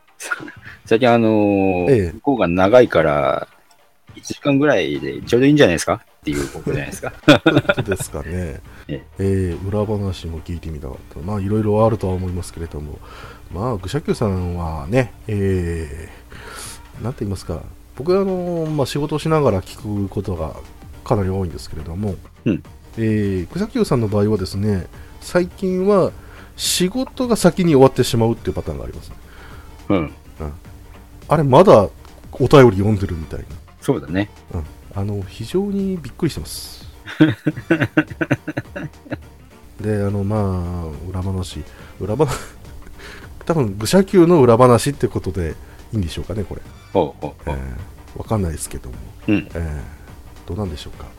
向こうが長いから、1時間ぐらいでちょうどいいんじゃないですかっていうことじゃないですか。 そうですかね。裏話も聞いてみたかった。まあ、いろいろあるとは思いますけれども、まあ、愚者級さんはね、なんて言いますか、僕は仕事をしながら聞くことがかなり多いんですけれども、愚者級さんの場合はですね、最近は仕事が先に終わってしまうっていうパターンがありますね。あれまだお便り読んでるみたいな。 そうだね。 非常にびっくりしてます。で、裏話多分愚者級の裏話ってことでいいんでしょうかね、これ。わかんないですけども、どうなんでしょうか。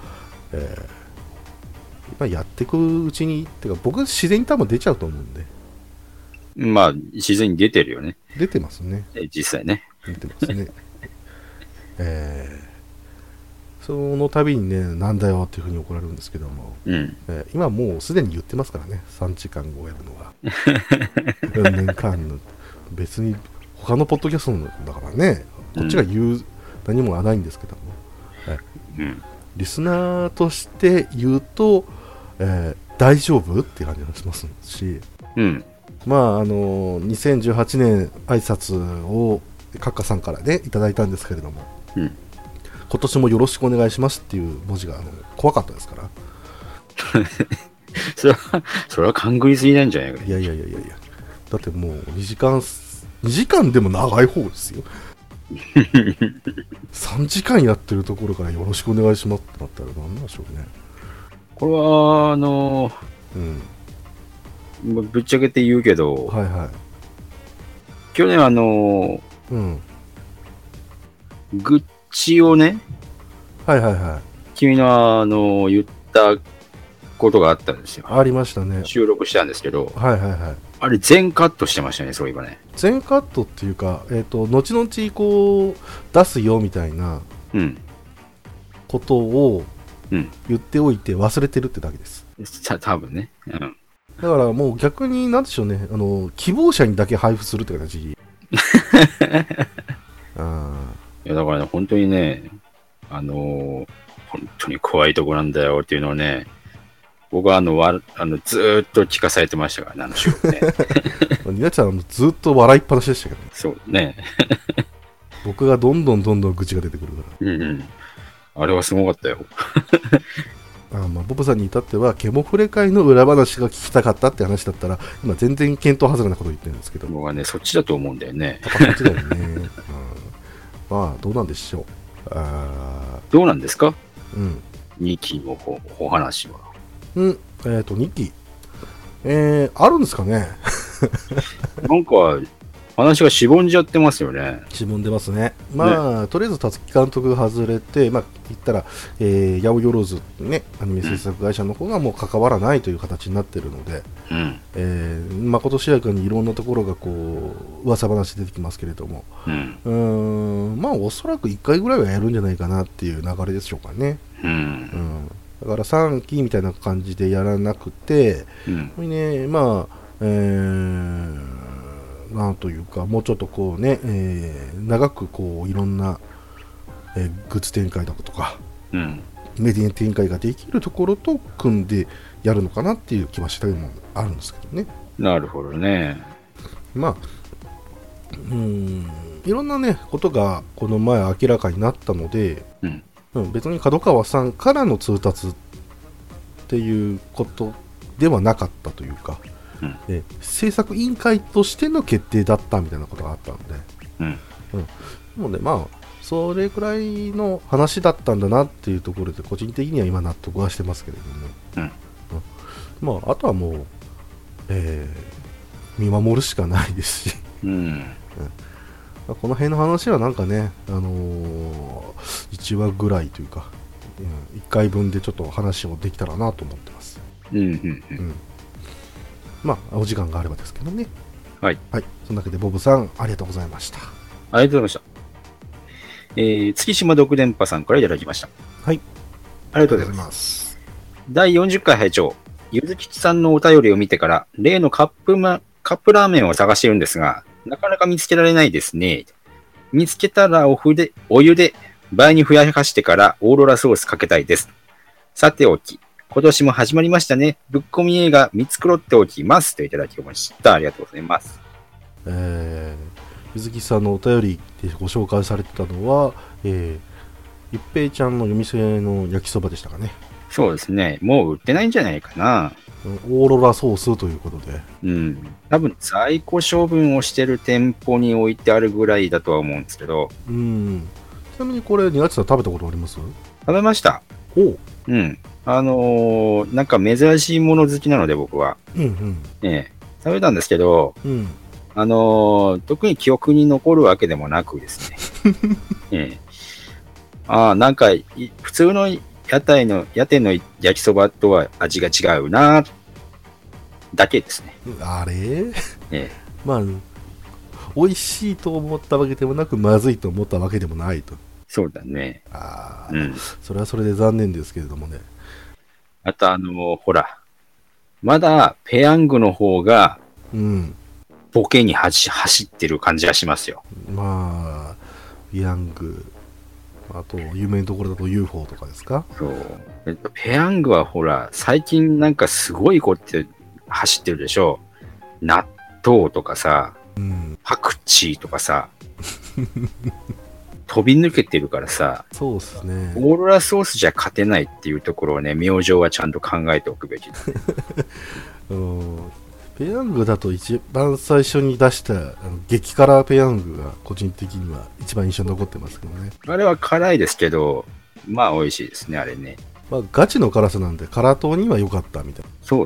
やっていくうちにってか、僕自然に多分出ちゃうと思うんで。 まあ自然に出てるよね。 出てますね。 実際ね。 出てますね。その度にね、なんだよっていうふうに怒られるんですけども、今もうすでに言ってますからね、3時間後やるのが。年間の別に他のポッドキャストだからね、こっちが言う何もはないんですけども、リスナーとして言うと、大丈夫っていう感じがしますし、2018年挨拶をカッカさんからねいただいたんですけれども、今年もよろしくお願いしますっていう文字が怖かったですから。 それは勘ぐりすぎなんじゃないか。 いやだってもう2時間でも長い方ですよ。3時間やってるところからよろしくお願いしますってなったら何なんでしょうね。 これはぶっちゃけて言うけど、去年愚痴をね、君の言ったことがあったんですよ。 ありましたね。 収録したんですけど、あれ全カットしてましたね、そういえばね。 全カットっていうか、後々こう出すよみたいなことを言っておいて忘れてるってだけです。 多分ね。 だからもう逆になんでしょうね、希望者にだけ配布するって形。いやだからね、本当にね、本当に怖いとこなんだよっていうのをね、僕はずーっと聞かされてましたからね、週ね。 ニナちゃんずっと笑いっぱなしでしたけどね。 そうね。 僕がどんどん愚痴が出てくるから。 あれはすごかったよ。 ボブさんに至ってはケモフレ会の裏話が聞きたかったって話だったら、今全然見当外れなこと言ってるんですけど、 僕はねそっちだと思うんだよね。 そっちだよね。まあどうなんでしょう。 どうなんですか。2期のお話は。 2期あるんですかね。 なんか話がしぼんじゃってますよね。 しぼんでますね。とりあえず辰木監督が外れて、言ったら、八百万ね、アニメ制作会社の方がもう関わらないという形になっているので、まことしやかにいろんなところがこう噂話出てきますけれども、おそらく1回ぐらいはやるんじゃないかなっていう流れでしょうかね。だから3期みたいな感じでやらなくて、なんというかもうちょっとこうね、長くこういろんな、グッズ展開だとか、メディア展開ができるところと組んでやるのかなっていう気はしたりもあるんですけどね。 なるほどね。 いろんなねことがこの前明らかになったので、別に角川さんからの通達っていうことではなかったというか、制作委員会としての決定だったみたいなことがあったので、もうね、まあそれくらいの話だったんだなっていうところで個人的には今納得はしてますけれども、まああとはもう、見守るしかないですし、この辺の話はなんかね、1話ぐらいというか、1回分でちょっと話をできたらなと思ってます。まあお時間があればですけどね。はい、そんなわけでボブさんありがとうございました。 ありがとうございました。月島独電波さんからいただきました。 はい、 ありがとうございます。第40回拝聴、ゆずきちさんのお便りを見てから例のカップラーメンを探しているんですが、なかなか見つけられないですね。見つけたらお湯で倍にふやかしてからオーロラソースかけたいです。さておき、今年も始まりましたね。ぶっこみ映画見繕っておきますといただきました。ありがとうございます。 ゆずきさんのお便りでご紹介されてたのは、一平ちゃんの夜店の焼きそばでしたかね。 そうですね。もう売ってないんじゃないかな。 オーロラソースということで。 多分在庫処分をしてる店舗に置いてあるぐらいだとは思うんですけど。 ちなみにこれ、宮地さん食べたことあります？ 食べました。なんか珍しいもの好きなので僕は。食べたんですけど、特に記憶に残るわけでもなくですね。なんか普通の屋台の焼きそばとは味が違うなだけですね。 あれ、まあ美味しいと思ったわけでもなく、まずいと思ったわけでもないと。 そうだね。 それはそれで残念ですけれどもね。 あとほら、まだペヤングの方がボケに走ってる感じがしますよ。 まあペヤング、あと有名なところだと UFO とかですか？ そう。ペヤングはほら最近なんかすごいこうやって走ってるでしょ。納豆とかさ、パクチーとかさ飛び抜けてるからさ。 そうですね。 オーロラソースじゃ勝てないっていうところをね、明星はちゃんと考えておくべきだ。 ペヤングだと一番最初に出した激辛ペヤングが個人的には一番印象に残ってますけどね。 あれは辛いですけど、まあ美味しいですね、あれね。 まあガチの辛さなんで辛党には良かったみたいな。 そう。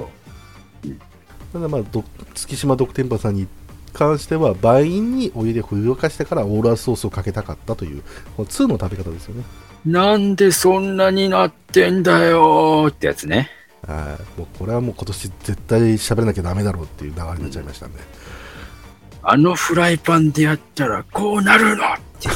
ただまあ月島独天パさんに関しては倍にお湯でふやかしてからオーロラソースをかけたかったというこの2の食べ方ですよね。 なんでそんなになってんだよってやつね。 もうこれはもう今年絶対喋らなきゃダメだろうっていう流れになっちゃいましたんで、 あのフライパンでやったらこうなるのって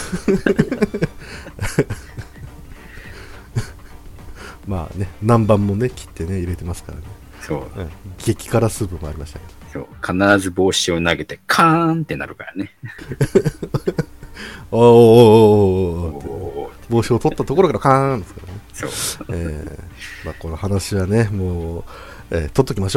まあね、南蛮もね切ってね入れてますからね。 そう、 激辛スープもありましたけど、 そう必ず帽子を投げてカーンってなるからね。 お帽子を取ったところからカーンですからね。そう、まあ、この話はねもう、取っときましょ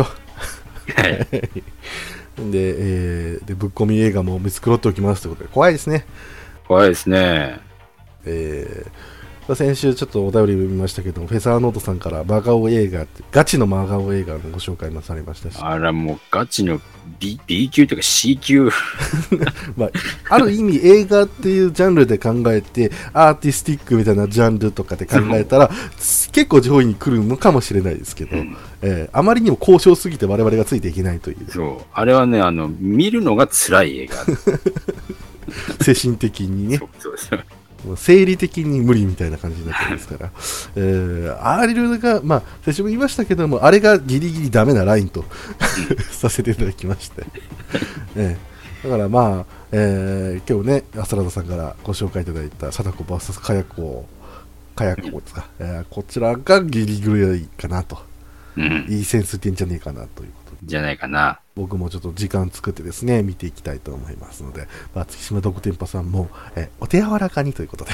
う。で、ぶっ込み映画も見繕っておきますということで、怖いですね。 怖いですね。 先週ちょっとお便り見ましたけど、フェザーノートさんから真顔映画、ガチの真顔映画のご紹介もされましたし、 あらもうガチの B 級というか C 級、 まあ、ある意味映画っていうジャンルで考えてアーティスティックみたいなジャンルとかで考えたら結構上位に来るのかもしれないですけど、あまりにも高尚すぎて我々がついていけないという。 そうあれはね見るのが辛い映画精神的にね。そう生理的に無理みたいな感じになってますから、あれが、まあ、先週も言いましたけども、あれがギリギリダメなラインとさせていただきまして、だからまあ、今日ね、アスラダさんからご紹介いただいた貞子 VS カヤコですか、こちらがギリギリかなと、いいセンスってんじゃねえかなということじゃないかな。 僕もちょっと時間作ってですね見ていきたいと思いますので、まあ、月島独天パさんも、お手柔らかにということで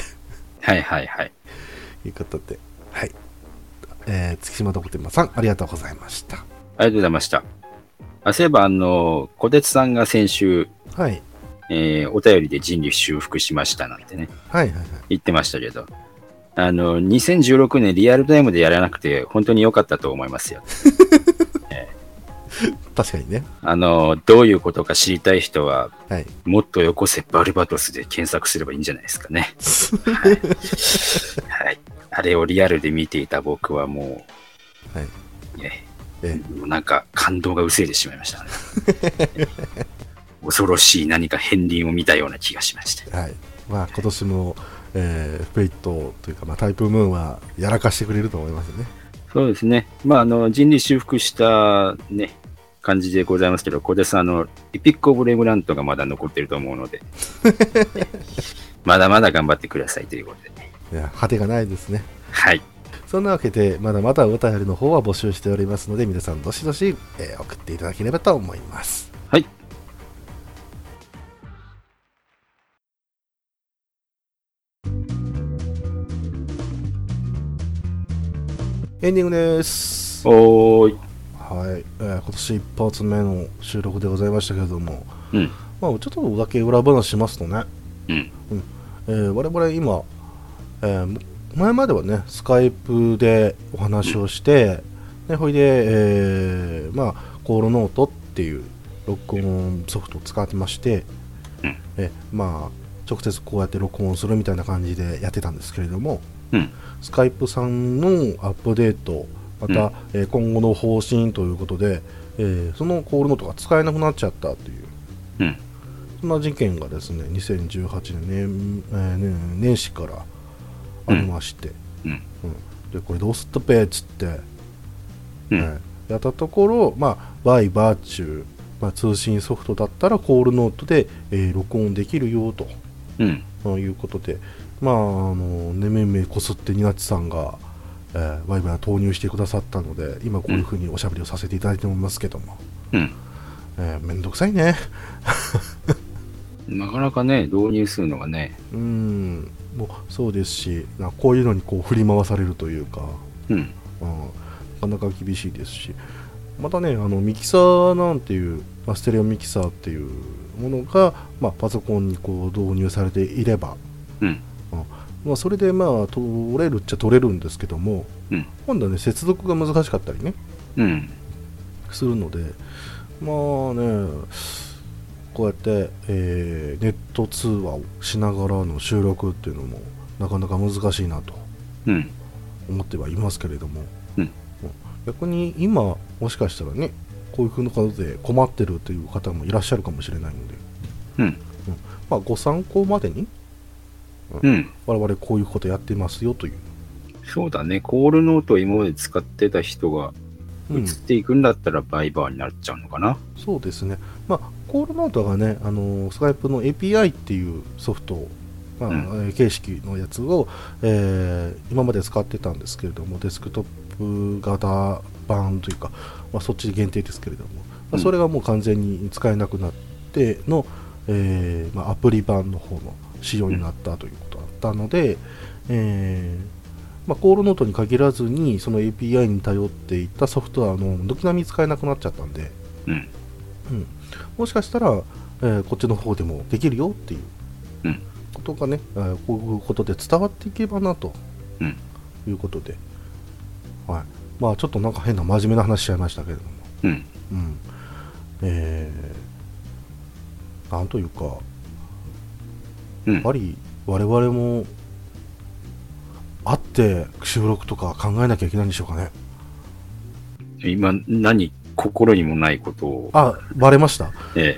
いうことで、月島独天パさんありがとうございました。 ありがとうございました。そういえば小鉄さんが先週、 お便りで人類修復しましたなんてね、 はいはいはい、 言ってましたけど、2016年リアルタイムでやらなくて本当に良かったと思いますよ。 確かにね。 どういうことか知りたい人は、 はい、 もっとよこせバルバトスで検索すればいいんじゃないですかね。はい。はい。あれをリアルで見ていた僕はもう、はい、なんか感動が薄れてしまいましたね。恐ろしい何か片鱗を見たような気がしました。 はい。まあ今年も、フェイトというか、まあ、タイプムーンはやらかしてくれると思いますね。 そうですね。まあ人類修復したね、感じでございますけど、小手さん、エピックオブレムラントがまだ残っていると思うので、まだまだ頑張ってくださいということで。 いや、果てがないですね。 はい。 そんなわけで、まだまだお便りの方は募集しておりますので、皆さんどしどし、送っていただければと思います。 はい。 エンディングです。 おーい。 はい、今年一発目の収録でございましたけれども、 うん、 まあ、ちょっとだけ裏話しますとね、我々今、前まではねスカイプでお話をして、ほいで、まあ、コールノートっていう録音ソフトを使ってまして、まあ、直接こうやって録音するみたいな感じでやってたんですけれども、スカイプさんのアップデート、また、今後の方針ということで、そのコールノートが使えなくなっちゃったという、そんな事件がですね2018年、年始からありまして、でこれどうすっとぺっつって、やったところ、まあ、バイバーチュー、まあ、通信ソフトだったらコールノートで、録音できるよと、いうことで、まあ、ねめめこすってニナッチさんが、ワイバイ投入してくださったので、今こういう風におしゃべりをさせていただいておりますけども、めんどくさいね。 なかなかね、導入するのがね。 もうそうですし、こういうのにこう振り回されるというか、なかなか厳しいですし、またね、ミキサーなんていう、ステレオミキサーっていうものが、まあ、パソコンにこう導入されていれば、まあ、それでまあ取れるっちゃ取れるんですけども、今度はね接続が難しかったりね、するので、まあねこうやって、ネット通話をしながらの収録っていうのもなかなか難しいなと思ってはいますけれども、逆に今もしかしたらねこういう風な形で困ってるという方もいらっしゃるかもしれないので、まあ、ご参考までに、我々こういうことやってますよという。 そうだね、コールノートを今まで使ってた人が移っていくんだったらバイバーになっちゃうのかな。 そうですね、まあ、コールノートがね、スカイプの API っていうソフト、まあ形式のやつを、今まで使ってたんですけれども、デスクトップ型版というか、まあ、そっち限定ですけれども、まあ、それがもう完全に使えなくなっての、まあ、アプリ版の方の仕様になったということだったので、まあ、コールノートに限らずにその API に頼っていたソフトは軒並み使えなくなっちゃったんで、もしかしたら、こっちの方でもできるよっていうことがね、こういうことで伝わっていけばなということで、まあちょっとなんか変な真面目な話しちゃいましたけれども、なんというか、やっぱり我々も会って収録とか考えなきゃいけないんでしょうかね。 今何心にもないことを。 バレました。あれ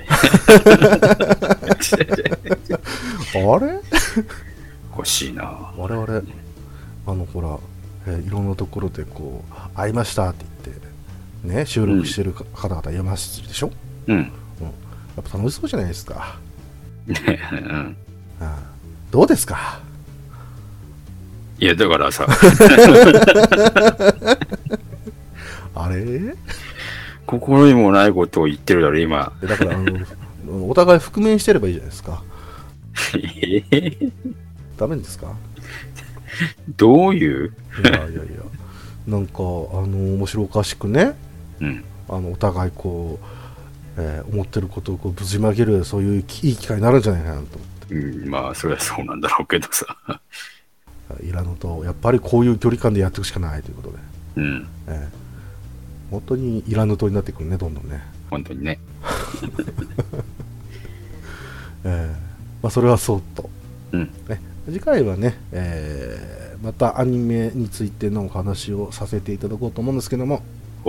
おかしいな。 我々ほら、いろんなところでこう会いましたって言ってね、収録してる方々いますでしょ。やっぱ楽しそうじゃないですか。どうですか。 いやだからさあれ心にもないことを言ってるだろ今。 だからお互い覆面してればいいじゃないですか。ダメですか。 どういう。 いやなんか面白おかしくね、お互いこ思ってることをこうぶちまける、そういういい機会になるんじゃないかなと思って。 まあそれはそうなんだろうけどさ。 イラヌとやっぱりこういう距離感でやっていくしかないということで、本当にイラヌ島になってくるね、どんどんね。 本当にね。 それはそうと、次回はね、またアニメについてのお話をさせていただこうと思うんですけども、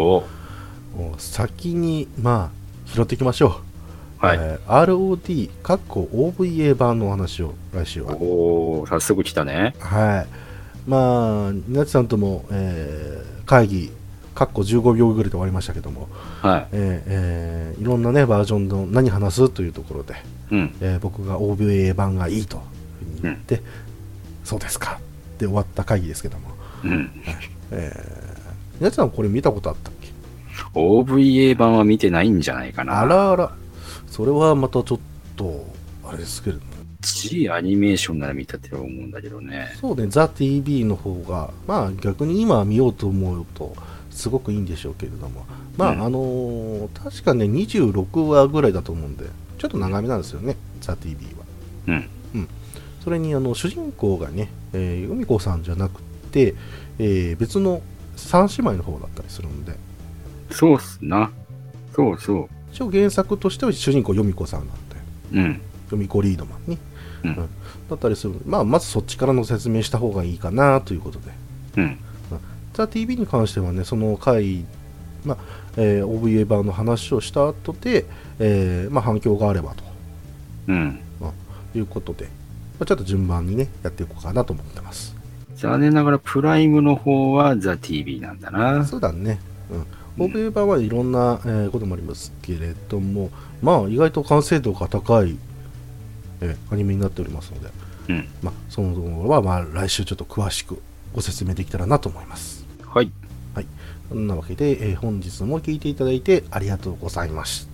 先に拾っていきましょう。ROD OVA 版のお話を来週は。 早速来たね。 ニナチさんとも、会議15秒ぐらいで終わりましたけども、いろんなねバージョンの何話すというところで、僕が OVA 版がいいというふうに言って、そうですかって終わった会議ですけども、ニナチさんこれ見たことあったっけ？ OVA 版は見てないんじゃないかな。 あらあら、それはまたちょっとあれですけれども、 G アニメーションなら見たって思うんだけどね。 そうね、ザ・ TV の方が逆に今見ようと思うとすごくいいんでしょうけれども、確かね26話ぐらいだと思うんでちょっと長めなんですよね、ザ・ TV は。それに主人公がね、由美子さんじゃなくて、別の三姉妹の方だったりするんで。 そうっすな。そうそう。 一応原作としては主人公由美子さんなんで、由美子リードマンに、だったりするので、まずそっちからの説明した方がいいかなということで、ザ・ TV に関してはね、その回、OVA 版の話をした後で、反響があればと、いうことで、ちょっと順番にねやっていこうかなと思ってます。 残念ながらプライムの方はザ・ TV なんだな。 そうだね。OVA 版はいろんな、こともありますけれども、意外と完成度が高い、アニメになっておりますので、そのところは来週ちょっと詳しくご説明できたらなと思います。そんなわけで、本日も聞いていただいてありがとうございました。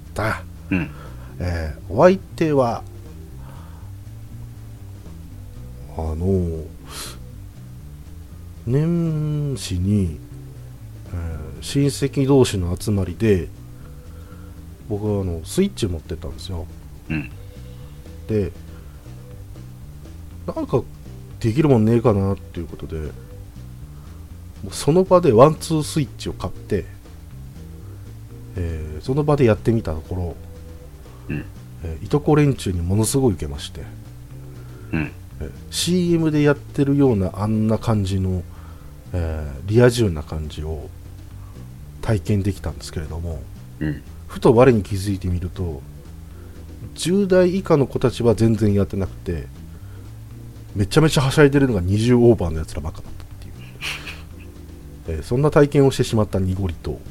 お相手は年始に、親戚同士の集まりで僕はスイッチ持ってったんですよ。でなんかできるもんねえかなっていうことで、その場でワンツースイッチを買って、その場でやってみたところ、いとこ連中にものすごい受けまして、CM でやってるようなあんな感じの、リア充な感じを体験できたんですけれども、ふと我に気づいてみると10代以下の子たちは全然やってなくて、めちゃめちゃはしゃいでるのが20オーバーのやつらばっかだったっていう、そんな体験をしてしまった濁りと、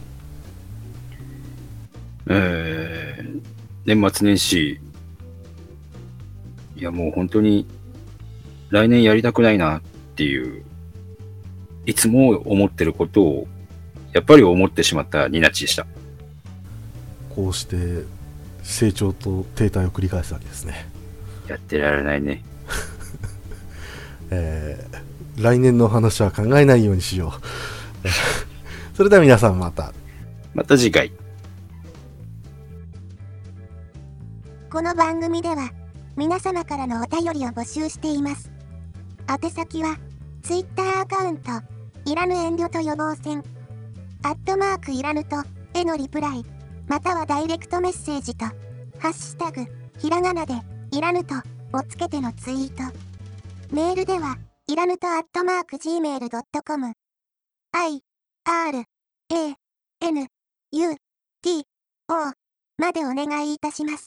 年末年始、いやもう本当に来年やりたくないなっていう、いつも思ってることをやっぱり思ってしまったニナッチでした。 こうして成長と停滞を繰り返すわけですね。 やってられないね。 来年の話は考えないようにしよう。それでは皆さんまた次回。 この番組では皆様からのお便りを募集しています。宛先は Twitter アカウントいらぬ遠慮と予防線@いらぬとへのリプライ、またはダイレクトメッセージとハッシュタグひらがなでいらぬとをつけてのツイート。メールではいらぬと@gmail.com IRANUTO までお願いいたします。